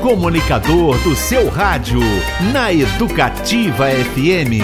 comunicador do seu rádio, na Educativa FM.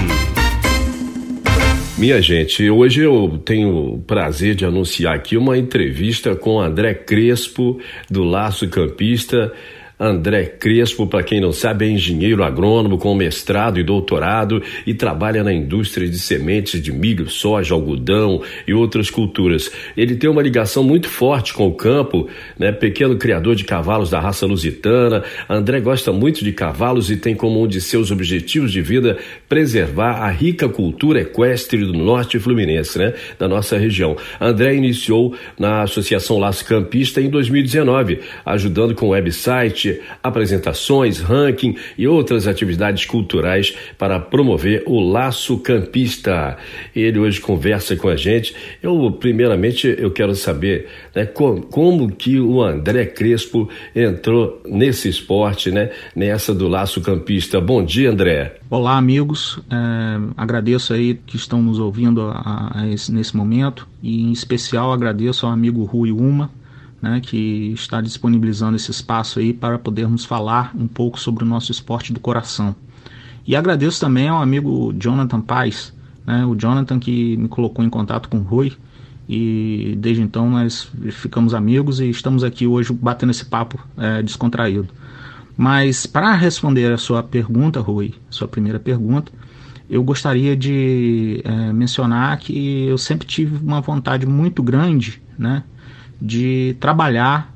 Minha gente, hoje eu tenho o prazer de anunciar aqui uma entrevista com André Crespo, do Laço Campista. André Crespo, para quem não sabe, é engenheiro agrônomo com mestrado e doutorado e trabalha na indústria de sementes de milho, soja, algodão e outras culturas. Ele tem uma ligação muito forte com o campo, né? Pequeno criador de cavalos da raça lusitana. André gosta muito de cavalos e tem como um de seus objetivos de vida preservar a rica cultura equestre do norte fluminense, né? Da nossa região. André iniciou na Associação Laço Campista em 2019, ajudando com website, apresentações, ranking e outras atividades culturais para promover o Laço Campista. Ele hoje conversa com a gente. Primeiramente, eu quero saber, né, como que o André Crespo entrou nesse esporte, né, nessa do Laço Campista. Bom dia, André. Olá, amigos. Agradeço aí que estão nos ouvindo nesse momento e, em especial, agradeço ao amigo Rui Uma, né, que está disponibilizando esse espaço aí para podermos falar um pouco sobre o nosso esporte do coração. E agradeço também ao amigo Jonathan Paes, né, o Jonathan que me colocou em contato com o Rui, e desde então nós ficamos amigos e estamos aqui hoje batendo esse papo descontraído. Mas para responder a sua pergunta, Rui, sua primeira pergunta, eu gostaria de mencionar que eu sempre tive uma vontade muito grande, né, de trabalhar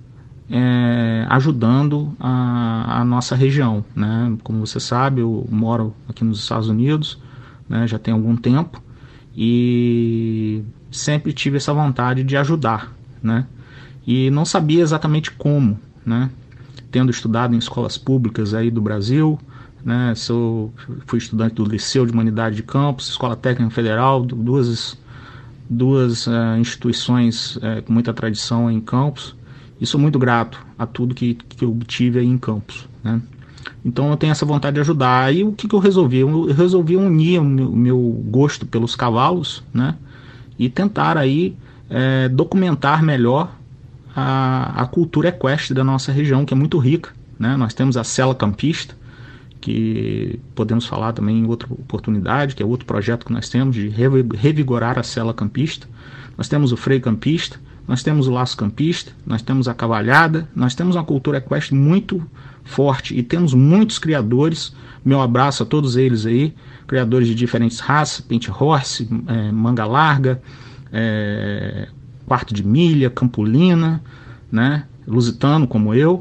ajudando a nossa região, né? Como você sabe, eu moro aqui nos Estados Unidos, né, já tem algum tempo, e sempre tive essa vontade de ajudar, né? E não sabia exatamente como, né? Tendo estudado em escolas públicas aí do Brasil, né? Fui estudante do Liceu de Humanidade de Campos, Escola Técnica Federal, duas instituições com muita tradição em Campos, e sou muito grato a tudo que eu obtive aí em Campos, né? Então eu tenho essa vontade de ajudar. Aí o que eu resolvi? Eu resolvi unir o meu gosto pelos cavalos, né? E tentar aí documentar melhor a cultura equestre da nossa região, que é muito rica, né? Nós temos a Sela Campista, que podemos falar também em outra oportunidade, que é outro projeto que nós temos de revigorar a Sela Campista. Nós temos o Freio Campista, nós temos o Laço Campista, nós temos a Cavalhada, nós temos uma cultura equestre muito forte e temos muitos criadores. Meu abraço a todos eles aí, criadores de diferentes raças, Paint Horse, Manga Larga, Quarto de Milha, Campolina, né, Lusitano como eu.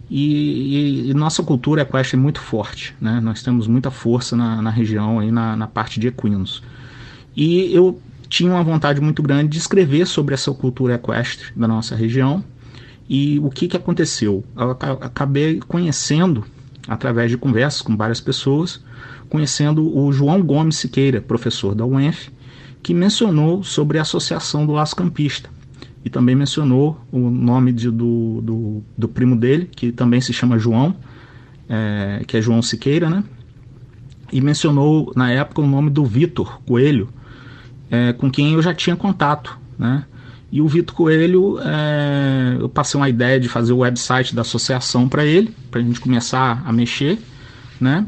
E nossa cultura equestre é muito forte, né? Nós temos muita força na região, aí na parte de equinos. E eu tinha uma vontade muito grande de escrever sobre essa cultura equestre da nossa região. E o que aconteceu? Eu acabei conhecendo, através de conversas com várias pessoas, conhecendo o João Gomes Siqueira, professor da UENF, que mencionou sobre a Associação do Laço Campista. E também mencionou o nome do primo dele, que também se chama João, que é João Siqueira, né? E mencionou, na época, o nome do Vitor Coelho, com quem eu já tinha contato, né? E o Vitor Coelho, eu passei uma ideia de fazer o website da associação para ele, para a gente começar a mexer, né?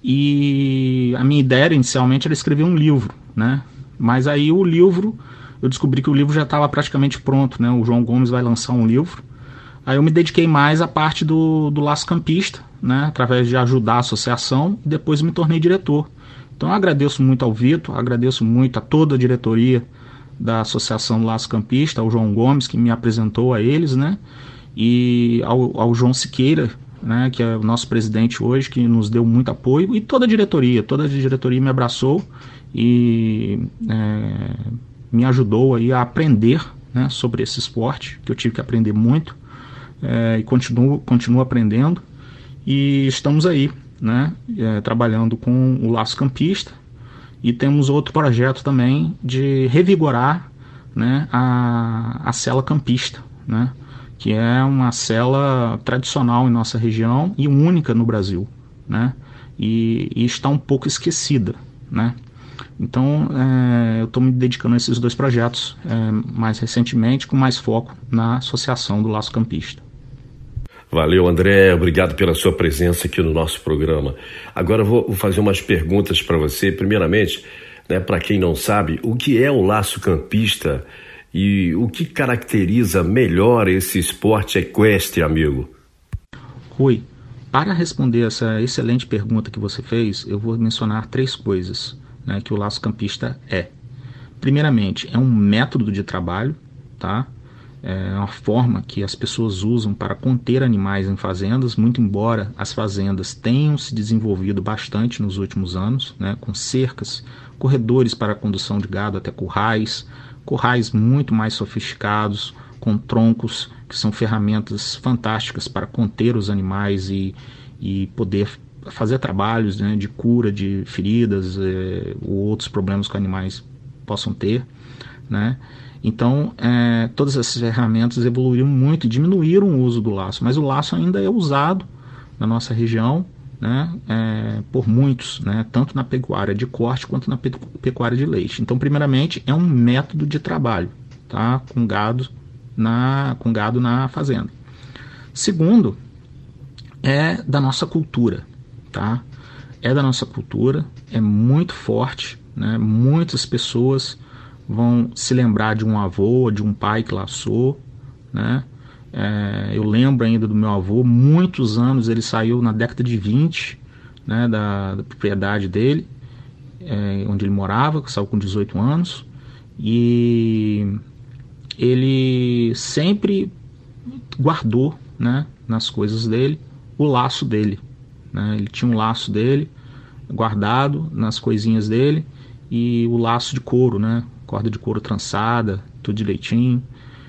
E a minha ideia, inicialmente, era escrever um livro, né? Mas aí eu descobri que o livro já estava praticamente pronto, né? O João Gomes vai lançar um livro. Aí eu me dediquei mais à parte do Laço Campista, né? Através de ajudar a associação, e depois me tornei diretor. Então eu agradeço muito ao Vitor, agradeço muito a toda a diretoria da Associação do Laço Campista, ao João Gomes, que me apresentou a eles, né? E ao João Siqueira, né? Que é o nosso presidente hoje, que nos deu muito apoio, e toda a diretoria me abraçou e me ajudou aí a aprender, né, sobre esse esporte, que eu tive que aprender muito, e continuo aprendendo, e estamos aí, né, trabalhando com o Laço Campista, e temos outro projeto também de revigorar, né, a Sela Campista, né, que é uma sela tradicional em nossa região e única no Brasil, né, e está um pouco esquecida, né. Então, eu estou me dedicando a esses dois projetos mais recentemente, com mais foco na Associação do Laço Campista. Valeu, André, obrigado pela sua presença aqui no nosso programa. Agora eu vou fazer umas perguntas para você. Primeiramente, né, para quem não sabe, o que é o laço campista e o que caracteriza melhor esse esporte equestre, amigo? Rui, para responder essa excelente pergunta que você fez, eu vou mencionar 3 coisas, né, que o laço campista é. Primeiramente, é um método de trabalho, tá? É uma forma que as pessoas usam para conter animais em fazendas, muito embora as fazendas tenham se desenvolvido bastante nos últimos anos, né, com cercas, corredores para a condução de gado até currais muito mais sofisticados, com troncos, que são ferramentas fantásticas para conter os animais e poder fazer trabalhos, né, de cura de feridas ou outros problemas que os animais possam ter, né? Então, todas essas ferramentas evoluíram muito e diminuíram o uso do laço, mas o laço ainda é usado na nossa região, né, por muitos, né, tanto na pecuária de corte quanto na pecuária de leite. Então, primeiramente, é um método de trabalho, tá, com gado na fazenda. Segundo, é da nossa cultura, tá? É da nossa cultura, é muito forte, né? Muitas pessoas vão se lembrar de um avô, de um pai que laçou, né? Eu lembro ainda do meu avô, muitos anos, ele saiu na década de 20, né, da propriedade dele, onde ele morava, saiu com 18 anos, e ele sempre guardou, né, nas coisas dele, o laço dele, né? Ele tinha um laço dele guardado nas coisinhas dele, e o laço de couro, né, corda de couro trançada, tudo direitinho,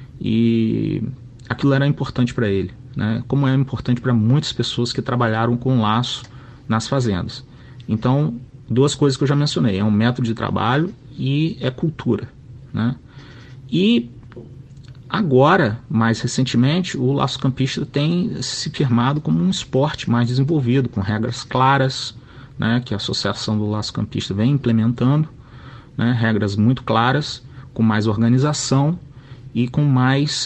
e aquilo era importante para ele, né? Como é importante para muitas pessoas que trabalharam com laço nas fazendas. Então, 2 coisas que eu já mencionei, é um método de trabalho e é cultura, né? E agora, mais recentemente, o laço campista tem se firmado como um esporte mais desenvolvido, com regras claras, né, que a Associação do Laço Campista vem implementando, né, regras muito claras, com mais organização e com mais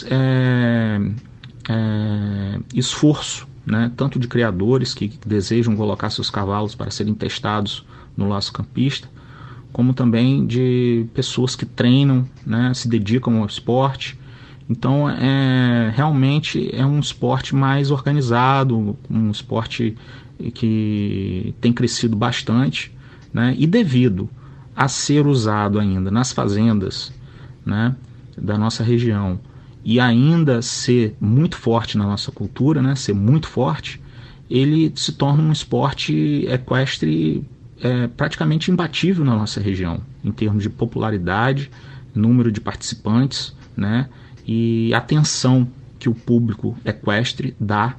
esforço, né, tanto de criadores que desejam colocar seus cavalos para serem testados no laço campista, como também de pessoas que treinam, né, se dedicam ao esporte. Então, realmente é um esporte mais organizado, um esporte que tem crescido bastante, né, e devido a ser usado ainda nas fazendas, né, da nossa região, e ainda ser muito forte na nossa cultura, né, ser muito forte, ele se torna um esporte equestre praticamente imbatível na nossa região, em termos de popularidade, número de participantes, né, e atenção que o público equestre dá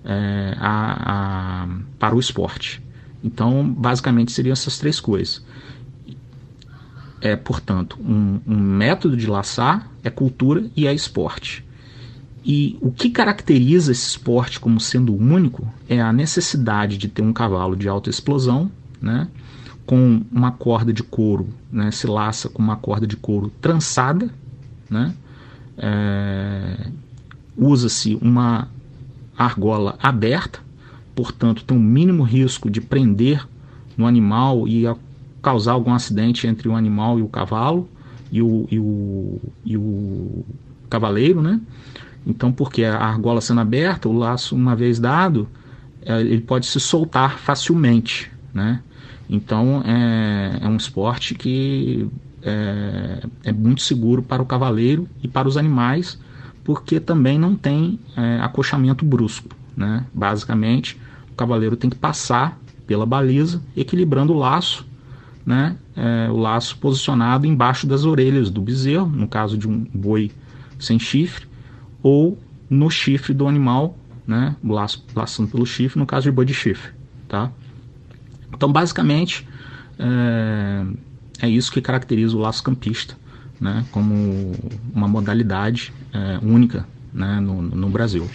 para o esporte. Então, basicamente, seriam essas 3 coisas. Portanto, um método de laçar, é cultura e é esporte. E o que caracteriza esse esporte como sendo único é a necessidade de ter um cavalo de alta explosão, né, com uma corda de couro, né, se laça com uma corda de couro trançada, né, usa-se uma argola aberta, portanto tem um mínimo risco de prender no animal e causar algum acidente entre o animal e o cavalo e o cavaleiro, né? Então, porque a argola sendo aberta, o laço, uma vez dado, ele pode se soltar facilmente, né? Então é um esporte que é muito seguro para o cavaleiro e para os animais, porque também não tem acochamento brusco, né? Basicamente, o cavaleiro tem que passar pela baliza, equilibrando o laço, né? O laço posicionado embaixo das orelhas do bezerro, no caso de um boi sem chifre, ou no chifre do animal, né? O laço laçando pelo chifre, no caso de boi de chifre, tá? Então, basicamente, é isso que caracteriza o laço campista, né, como uma modalidade única, né, no Brasil.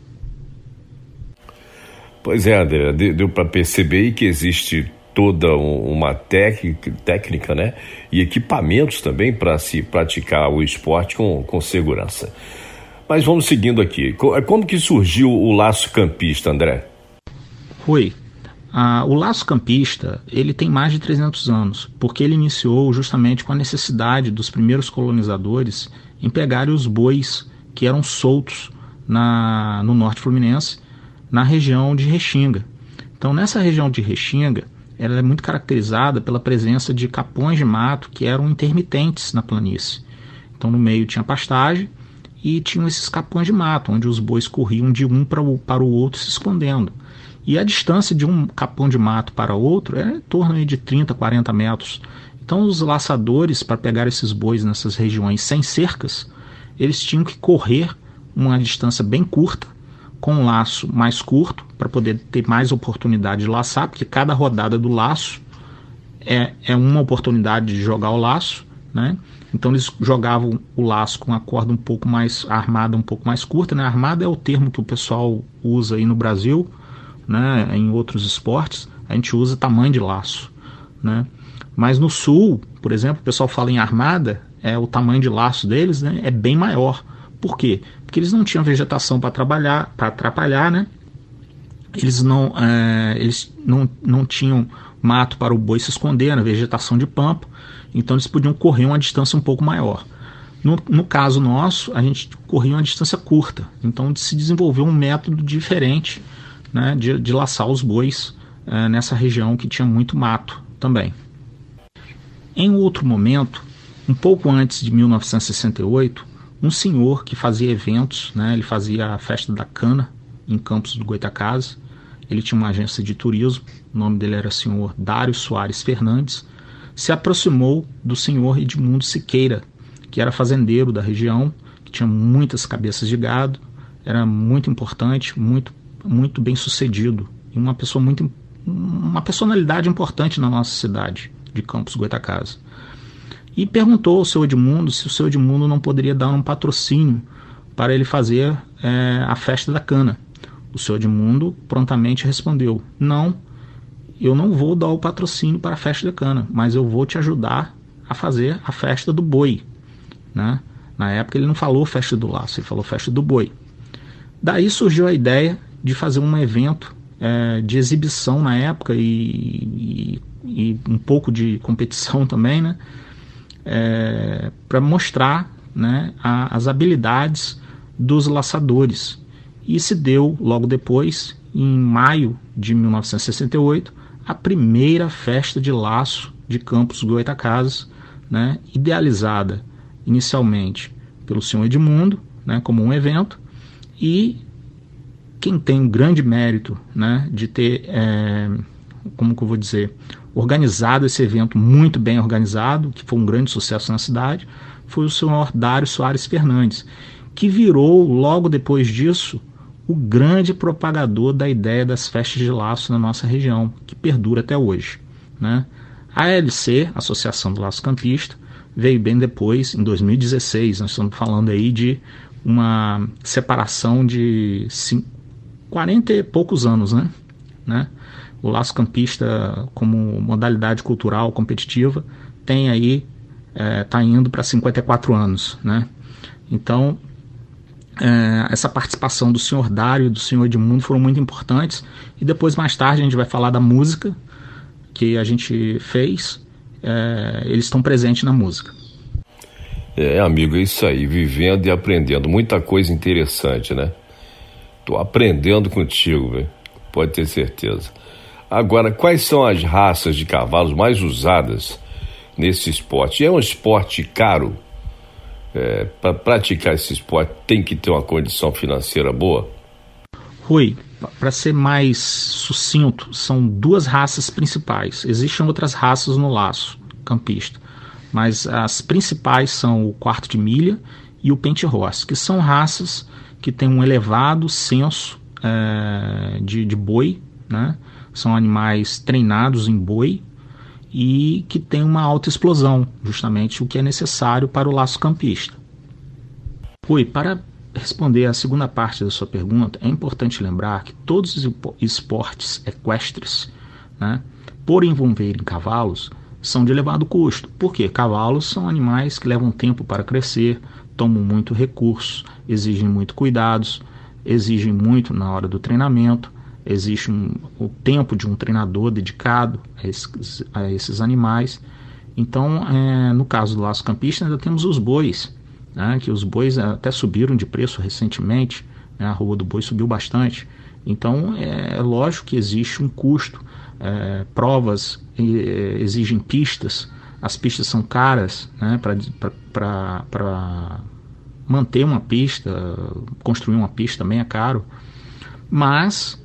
Pois é, André, deu para perceber que existe toda uma técnica, né, e equipamentos também para se praticar o esporte com segurança. Mas vamos seguindo aqui. Como que surgiu o laço campista, André? Rui, o laço campista ele tem mais de 300 anos, porque ele iniciou justamente com a necessidade dos primeiros colonizadores em pegarem os bois que eram soltos no norte fluminense, na região de Restinga. Então, nessa região de Restinga, ela é muito caracterizada pela presença de capões de mato que eram intermitentes na planície. Então, no meio tinha pastagem e tinham esses capões de mato, onde os bois corriam de um para o outro se escondendo. E a distância de um capão de mato para outro é em torno de 30, 40 metros. Então, os laçadores, para pegar esses bois nessas regiões sem cercas, eles tinham que correr uma distância bem curta, com um laço mais curto, para poder ter mais oportunidade de laçar, porque cada rodada do laço é uma oportunidade de jogar o laço, né? Então eles jogavam o laço com a corda um pouco mais, a armada um pouco mais curta, né? A armada é o termo que o pessoal usa aí no Brasil, né? Em outros esportes, a gente usa tamanho de laço, né? Mas no sul, por exemplo, o pessoal fala em armada, o tamanho de laço deles, né? É bem maior. Por quê? Porque eles não tinham vegetação para atrapalhar, né? Eles não tinham mato para o boi se esconder, na vegetação de pampa, então eles podiam correr uma distância um pouco maior. No caso nosso, a gente corria uma distância curta, então se desenvolveu um método diferente, né, de laçar os bois nessa região que tinha muito mato também. Em outro momento, um pouco antes de 1968, um senhor que fazia eventos, né, ele fazia a festa da cana em Campos do Goytacazes. Ele tinha uma agência de turismo, o nome dele era o senhor Dário Soares Fernandes, se aproximou do senhor Edmundo Siqueira, que era fazendeiro da região, que tinha muitas cabeças de gado, era muito importante, muito, muito bem sucedido, e uma personalidade importante na nossa cidade de Campos do Goytacazes. E perguntou ao seu Edmundo se o seu Edmundo não poderia dar um patrocínio para ele fazer a festa da cana. O seu Edmundo prontamente respondeu: não, eu não vou dar o patrocínio para a festa da cana, mas eu vou te ajudar a fazer a festa do boi, né? Na época ele não falou festa do laço, ele falou festa do boi. Daí surgiu a ideia de fazer um evento de exibição na época e um pouco de competição também, né? Para mostrar, né, as habilidades dos laçadores. E se deu logo depois, em maio de 1968, a primeira festa de laço de Campos do Goytacazes, né, idealizada inicialmente pelo senhor Edmundo, né, como um evento, e quem tem um grande mérito, né, de ter, como que eu vou dizer, organizado esse evento muito bem organizado, que foi um grande sucesso na cidade, foi o senhor Dário Soares Fernandes, que virou logo depois disso o grande propagador da ideia das festas de laço na nossa região, que perdura até hoje, né? A ALC, Associação do Laço Campista, veio bem depois, em 2016, nós estamos falando aí de uma separação de 40 e poucos anos, né? O laço campista, como modalidade cultural competitiva, tem aí, está indo para 54 anos, né? Então, essa participação do senhor Dário e do senhor Edmundo foram muito importantes, e depois, mais tarde, a gente vai falar da música que a gente fez, eles estão presentes na música. Amigo, é isso aí, vivendo e aprendendo, muita coisa interessante, né? Tô aprendendo contigo, velho, pode ter certeza. Agora, quais são as raças de cavalos mais usadas nesse esporte? É um esporte caro? Para praticar esse esporte tem que ter uma condição financeira boa? Rui, para ser mais sucinto, são duas raças principais. Existem outras raças no laço campista, mas as principais são o quarto de milha e o penteross, que são raças que têm um elevado senso de boi, né? São animais treinados em boi e que têm uma alta explosão, justamente o que é necessário para o laço campista. Rui, para responder a segunda parte da sua pergunta, é importante lembrar que todos os esportes equestres, né, por envolverem cavalos, são de elevado custo. Por quê? Cavalos são animais que levam tempo para crescer, tomam muito recurso, exigem muito cuidados, exigem muito na hora do treinamento, existe o tempo de um treinador dedicado a esses animais. Então, no caso do laço campista, ainda temos os bois, né, que os bois até subiram de preço recentemente, né, a arroba do boi subiu bastante. Então, é lógico que existe um custo, provas exigem pistas, as pistas são caras, né, para manter uma pista, construir uma pista também é caro, mas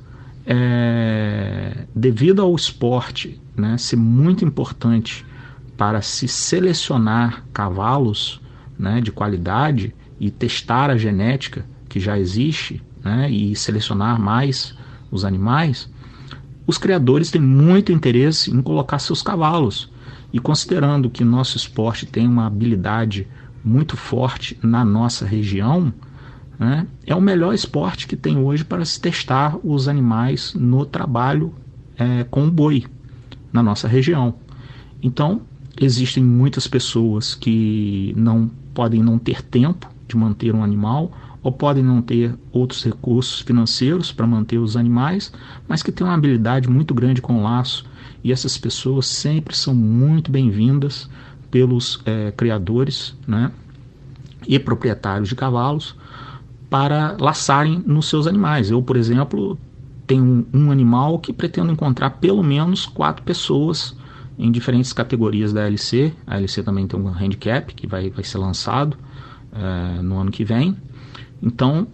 devido ao esporte, né, ser muito importante para se selecionar cavalos, né, de qualidade e testar a genética que já existe, né, e selecionar mais os animais, os criadores têm muito interesse em colocar seus cavalos. E considerando que nosso esporte tem uma habilidade muito forte na nossa região, né, é o melhor esporte que tem hoje para se testar os animais no trabalho com o boi na nossa região. Então, existem muitas pessoas que podem não ter tempo de manter um animal, ou podem não ter outros recursos financeiros para manter os animais, mas que têm uma habilidade muito grande com o laço. E essas pessoas sempre são muito bem-vindas pelos criadores, né, e proprietários de cavalos para laçarem nos seus animais. Eu, por exemplo, tenho um animal que pretendo encontrar pelo menos 4 pessoas em diferentes categorias da LC. A LC também tem um handicap que vai ser lançado no ano que vem. Então,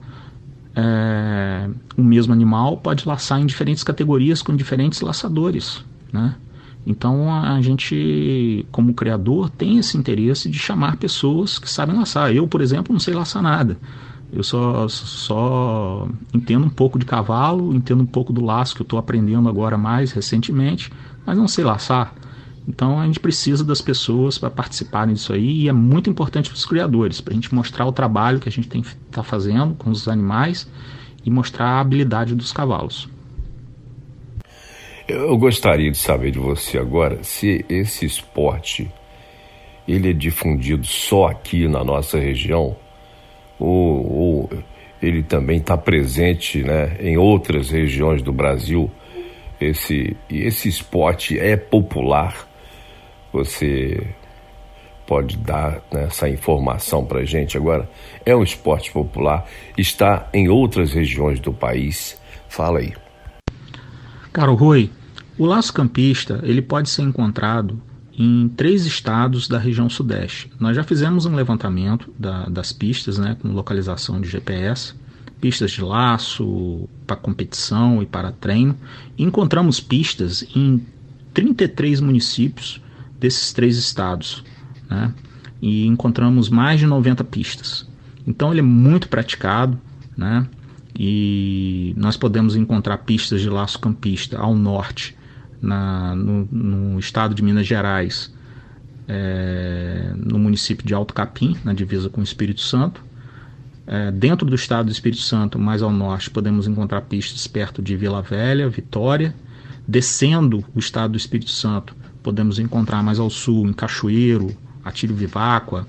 o mesmo animal pode laçar em diferentes categorias com diferentes laçadores, né? Então a gente, como criador, tem esse interesse de chamar pessoas que sabem laçar. Eu, por exemplo, não sei laçar nada. Eu só entendo um pouco de cavalo, entendo um pouco do laço, que eu estou aprendendo agora mais recentemente, mas não sei laçar. Então a gente precisa das pessoas para participarem disso aí, e é muito importante para os criadores, para a gente mostrar o trabalho que a gente está fazendo com os animais e mostrar a habilidade dos cavalos. Eu gostaria de saber de você agora se esse esporte ele é difundido só aqui na nossa região ou ele também está presente, né, em outras regiões do Brasil. Esse esporte é popular? Você pode dar, né, essa informação para a gente agora? É um esporte popular? Está em outras regiões do país? Fala aí. Caro Rui, o laço campista ele pode ser encontrado em 3 estados da região sudeste. Nós já fizemos um levantamento das pistas, né, com localização de GPS, pistas de laço para competição e para treino. E encontramos pistas em 33 municípios desses 3 estados, né, e encontramos mais de 90 pistas. Então ele é muito praticado, né? E nós podemos encontrar pistas de laço campista ao norte, no estado de Minas Gerais, no município de Alto Capim, na divisa com o Espírito Santo. Dentro do estado do Espírito Santo, mais ao norte, podemos encontrar pistas perto de Vila Velha, Vitória. Descendo o estado do Espírito Santo, podemos encontrar mais ao sul, em Cachoeiro, Atílio Viváqua,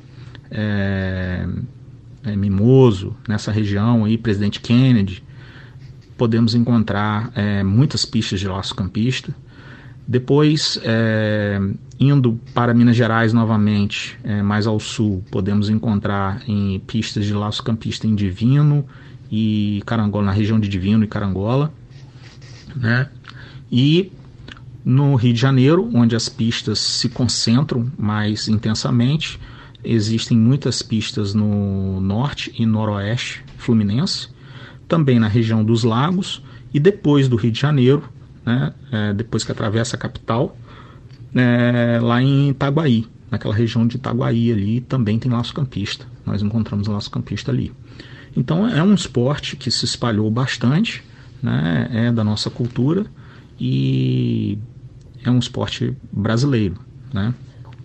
Mimoso, nessa região aí, Presidente Kennedy. Podemos encontrar muitas pistas de laço campista. Depois, indo para Minas Gerais novamente, mais ao sul, podemos encontrar em pistas de laço campista em Divino e Carangola, na região de Divino e Carangola, né? E no Rio de Janeiro, onde as pistas se concentram mais intensamente, existem muitas pistas no norte e noroeste fluminense, também na região dos lagos, e depois do Rio de Janeiro, né, depois que atravessa a capital, lá em Itaguaí, naquela região de Itaguaí ali, também tem laço campista. Nós encontramos laço campista ali. Então é um esporte que se espalhou bastante, né, é da nossa cultura e é um esporte brasileiro, né?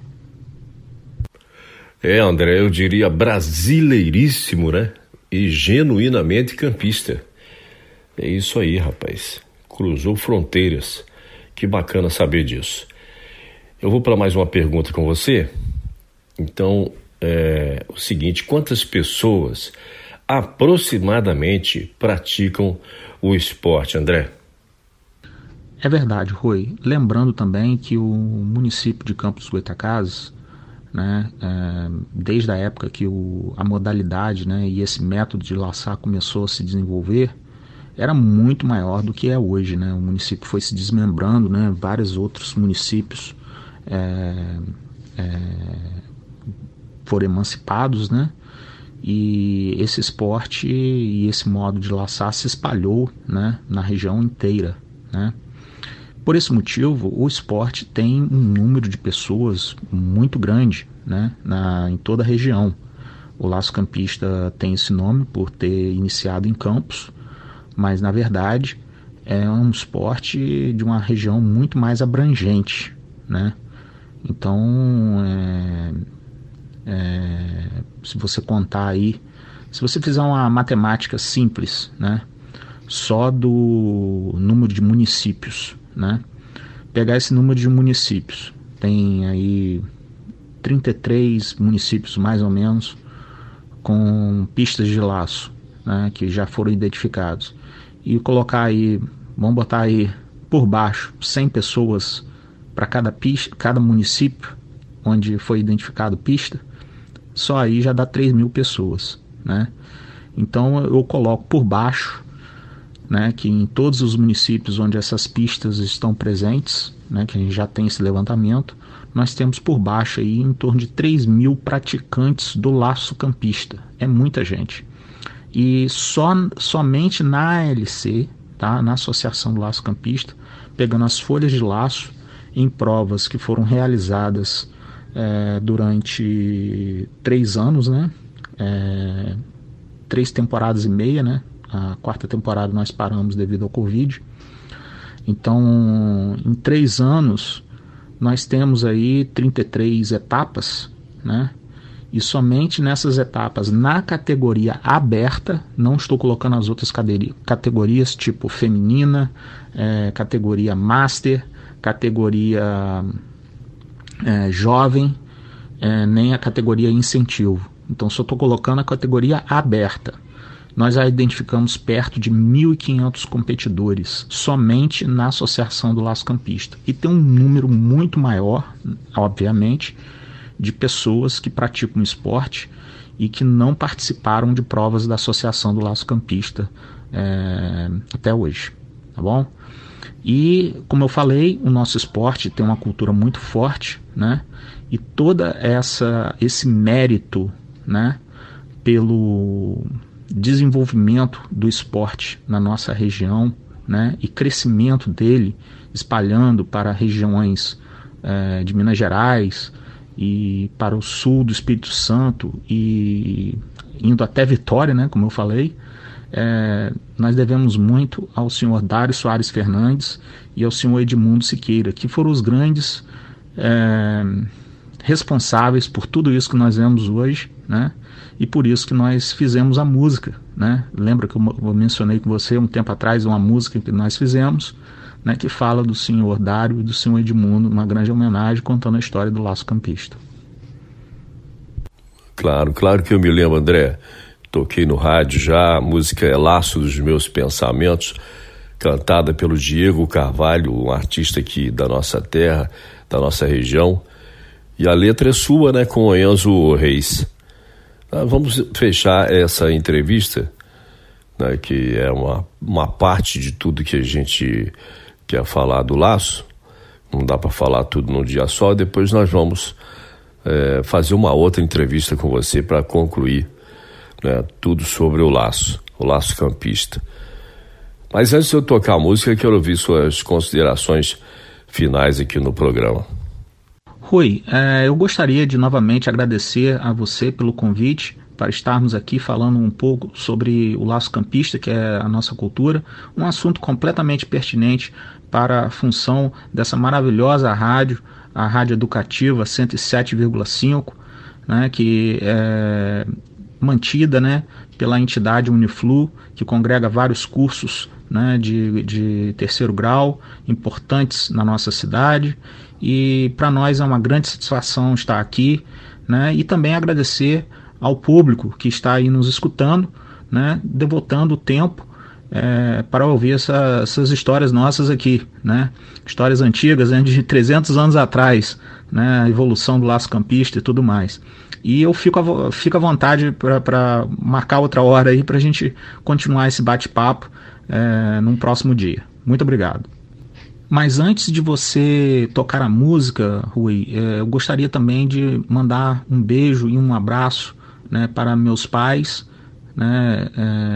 André, eu diria brasileiríssimo, né? E genuinamente campista. É isso aí, rapaz. Cruzou fronteiras. Que bacana saber disso. Eu vou para mais uma pergunta com você. Então, o seguinte: quantas pessoas aproximadamente praticam o esporte, André? É verdade, Rui. Lembrando também que o município de Campos dos Goytacazes, né, desde a época que a modalidade, né, e esse método de laçar começou a se desenvolver, era muito maior do que é hoje, né? O município foi se desmembrando, né? Vários outros municípios foram emancipados, né? E esse esporte e esse modo de laçar se espalhou, né, na região inteira, né? Por esse motivo, o esporte tem um número de pessoas muito grande, né, em toda a região. O laço campista tem esse nome por ter iniciado em Campos, mas na verdade é um esporte de uma região muito mais abrangente, né? Então, se você contar aí, se você fizer uma matemática simples, né, só do número de municípios, né, pegar esse número de municípios, tem aí 33 municípios mais ou menos com pistas de laço, né, que já foram identificados, e colocar aí, vamos botar aí por baixo 100 pessoas para cada município onde foi identificado pista, só aí já dá 3.000 pessoas, né? Então eu coloco por baixo, né, que em todos os municípios onde essas pistas estão presentes, né, que a gente já tem esse levantamento, nós temos por baixo aí em torno de 3.000 praticantes do laço campista. É muita gente. E somente na ALC, tá, na Associação do Laço Campista, pegando as folhas de laço em provas que foram realizadas durante 3 anos, né? 3 temporadas e meia, né? A 4ª temporada nós paramos devido ao Covid. Então, em 3 anos, nós temos aí 33 etapas, né? E somente nessas etapas, na categoria aberta, não estou colocando as outras categorias, tipo feminina, categoria master, categoria jovem, nem a categoria incentivo. Então, só estou colocando a categoria aberta. Nós já identificamos perto de 1.500 competidores, somente na Associação do Laço Campista. E tem um número muito maior, obviamente, de pessoas que praticam esporte e que não participaram de provas da Associação do Laço Campista até hoje, tá bom? E, como eu falei, o nosso esporte tem uma cultura muito forte, né? E toda esse mérito, né, pelo desenvolvimento do esporte na nossa região, né, e crescimento dele, espalhando para regiões de Minas Gerais e para o sul do Espírito Santo e indo até Vitória, né, como eu falei, nós devemos muito ao senhor Dário Soares Fernandes e ao senhor Edmundo Siqueira, que foram os grandes responsáveis por tudo isso que nós vemos hoje, né? E por isso que nós fizemos a música, né? Lembra que eu mencionei com você um tempo atrás uma música que nós fizemos, né, que fala do senhor Dário e do senhor Edmundo, uma grande homenagem contando a história do Laço Campista. Claro que eu me lembro, André. Toquei no rádio já, a música é Laço dos Meus Pensamentos, cantada pelo Diego Carvalho, um artista aqui da nossa terra, da nossa região. E a letra é sua, né, com o Enzo Reis. Vamos fechar essa entrevista, né, que é uma parte de tudo que a gente quer falar do laço. Não dá para falar tudo num dia só. Depois nós vamos fazer uma outra entrevista com você para concluir, né, tudo sobre o laço campista. Mas antes de eu tocar a música, eu quero ouvir suas considerações finais aqui no programa. Rui, eu gostaria de novamente agradecer a você pelo convite para estarmos aqui falando um pouco sobre o laço campista, que é a nossa cultura, um assunto completamente pertinente para a função dessa maravilhosa rádio, a Rádio Educativa 107,5, né, que é mantida, né, pela entidade Uniflu, que congrega vários cursos, né, de 3º grau, importantes na nossa cidade. E para nós é uma grande satisfação estar aqui, né? E também agradecer ao público que está aí nos escutando, né? Devotando o tempo para ouvir essas histórias nossas aqui, né? Histórias antigas, né? De 300 anos atrás, né? A evolução do laço campista e tudo mais. E eu fico à vontade para marcar outra hora aí para a gente continuar esse bate-papo num próximo dia. Muito obrigado. Mas antes de você tocar a música, Rui, eu gostaria também de mandar um beijo e um abraço, né, para meus pais, né,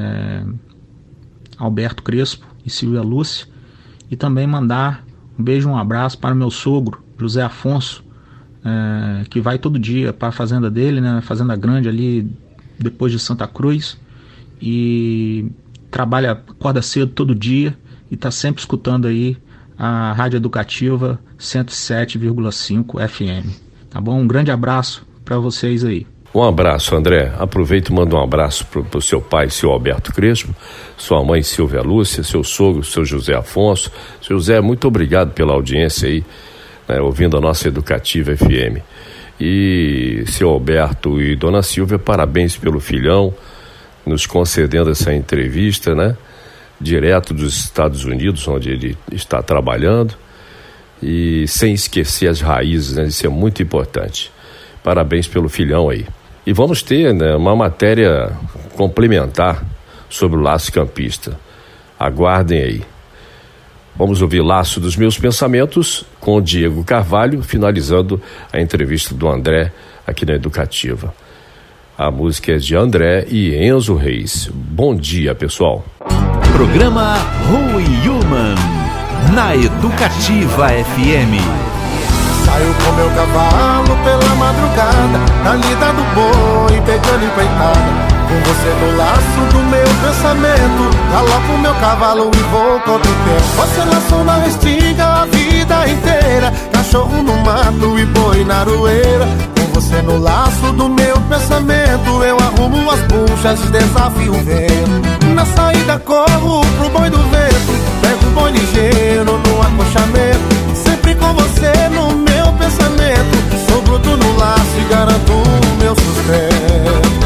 Alberto Crespo e Silvia Lúcia, e também mandar um beijo e um abraço para meu sogro, José Afonso, que vai todo dia para a fazenda dele, né, fazenda grande ali depois de Santa Cruz, e acorda cedo todo dia e está sempre escutando aí a Rádio Educativa 107,5 FM. Tá bom? Um grande abraço para vocês aí. Um abraço, André. Aproveito e mando um abraço pro seu pai, seu Alberto Crespo, sua mãe, Silvia Lúcia, seu sogro, seu José Afonso. Seu José, muito obrigado pela audiência aí, né, ouvindo a nossa Educativa FM. E seu Alberto e dona Silvia, parabéns pelo filhão, nos concedendo essa entrevista, né? Direto dos Estados Unidos, onde ele está trabalhando, e sem esquecer as raízes, né? Isso é muito importante. Parabéns pelo filhão aí. E vamos ter, né, uma matéria complementar sobre o laço campista. Aguardem aí. Vamos ouvir Laço dos Meus Pensamentos com o Diego Carvalho, finalizando a entrevista do André aqui na Educativa. A música é de André e Enzo Reis. Bom dia, pessoal. Programa Rui Human na Educativa FM. Saio com meu cavalo pela madrugada, na lida do boi, pegando empreitada. Com você no laço do meu pensamento, galopo meu cavalo e vou contra o tempo. Você laçou na restinga a vida inteira, cachorro no mato e boi na aroeira. Com você no laço do meu pensamento, eu arrumo as buchas, desafio o vento. Na saída corro pro boi do vento, pego o boi ligeiro no acostamento. Sempre com você no meu pensamento, sou bruto no laço e garanto o meu sustento.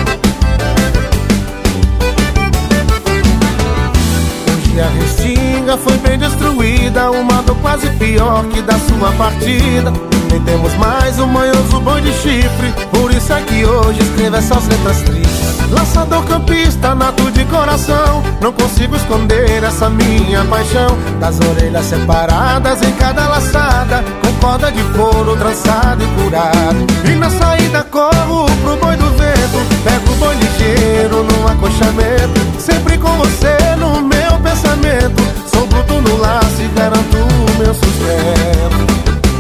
Hoje a restinga foi bem destruída, o mato quase pior que da sua partida. Nem temos mais o manhoso boi de chifre, por isso é que hoje escrevo essas letras tristes. Laçador campista, nato de coração, não consigo esconder essa minha paixão. Das orelhas separadas em cada laçada, com corda de couro trançado e curado. E na saída corro pro boi do vento, pego o boi ligeiro no acostamento. Sempre com você no meu pensamento, sou bruto no laço e garanto o meu sustento.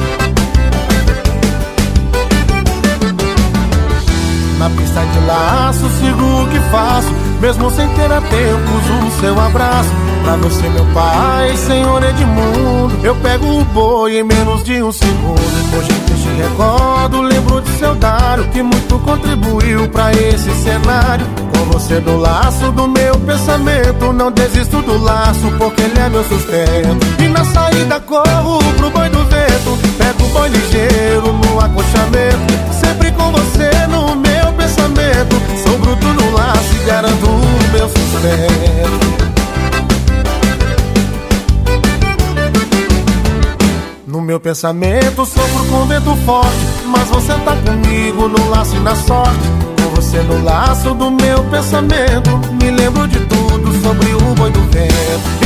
Na pista de laço sigo o que faço, mesmo sem ter a tempos o seu abraço. Pra você meu pai, Senhor Edmundo, eu pego o boi em menos de um segundo. Hoje que te recordo, lembro de seu Dário, que muito contribuiu pra esse cenário. Com você no laço do meu pensamento, não desisto do laço, porque ele é meu sustento. E na saída corro pro boi do vento, pego o boi ligeiro no acostamento. Sempre com você no meu pensamento, sou bruto no laço e garanto o meu sustento. No meu pensamento sofro com vento forte, mas você tá comigo no laço e na sorte. Com você no laço do meu pensamento, me lembro de tudo sobre o boi do vento.